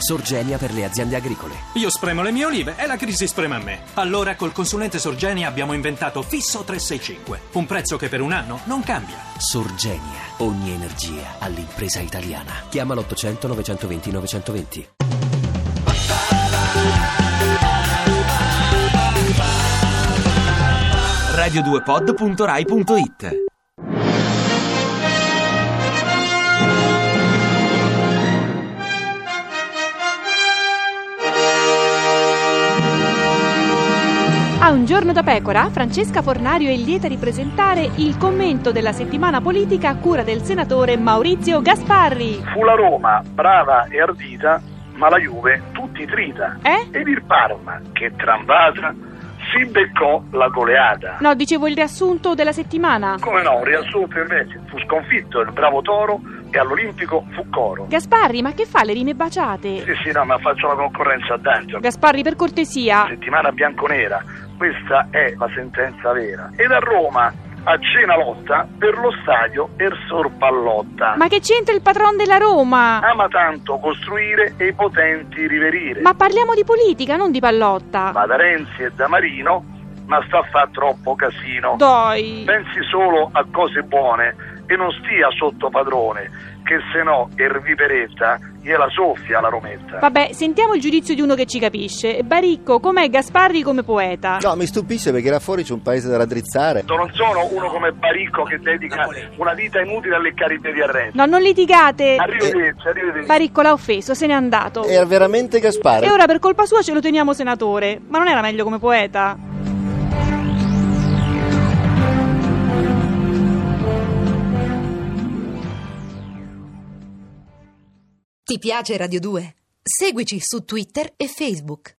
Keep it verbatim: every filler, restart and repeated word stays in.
Sorgenia per le aziende agricole. Io spremo le mie olive e la crisi sprema me. Allora col consulente Sorgenia abbiamo inventato Fisso trecentosessantacinque. Un prezzo che per un anno non cambia. Sorgenia. Ogni energia all'impresa italiana. Chiama l'ottocento novecentoventi novecentoventi. radio due pod punto rai punto it. A Un giorno da pecora, Francesca Fornario è lieta di presentare il commento della settimana politica a cura del senatore Maurizio Gasparri. Fu la Roma brava e ardita, ma la Juve tutti trita. Eh? Ed il Parma, che tramvata, si beccò la goleata. No, dicevo il riassunto della settimana. Come no, un riassunto invece. Fu sconfitto il bravo Toro e all'Olimpico fu coro. Gasparri, ma che fa le rime baciate? Sì, sì, no, ma faccio la concorrenza a Dante. Gasparri, per cortesia. Settimana bianconera, questa è la sentenza vera. Ed a Roma, a cena lotta, per lo stadio Ersor Pallotta. Ma che c'entra il patron della Roma? Ama tanto costruire e i potenti riverire. Ma parliamo di politica, non di pallotta. Ma da Renzi e da Marino, ma sta a fa troppo casino. Dai. Pensi solo a cose buone e non stia sotto padrone, che se no Erviperetta gliela soffia la rometta. Vabbè, sentiamo il giudizio di uno che ci capisce. Baricco, com'è Gasparri come poeta? No, mi stupisce perché là fuori c'è un paese da raddrizzare. Non sono uno come Baricco che dedica una vita inutile a leccare i piedi a Renzi. No, non litigate. Arrivederci, arrivederci. Baricco l'ha offeso, se n'è andato. Era veramente Gasparri. E ora per colpa sua ce lo teniamo senatore. Ma non era meglio come poeta? Ti piace Radio due? Seguici su Twitter e Facebook.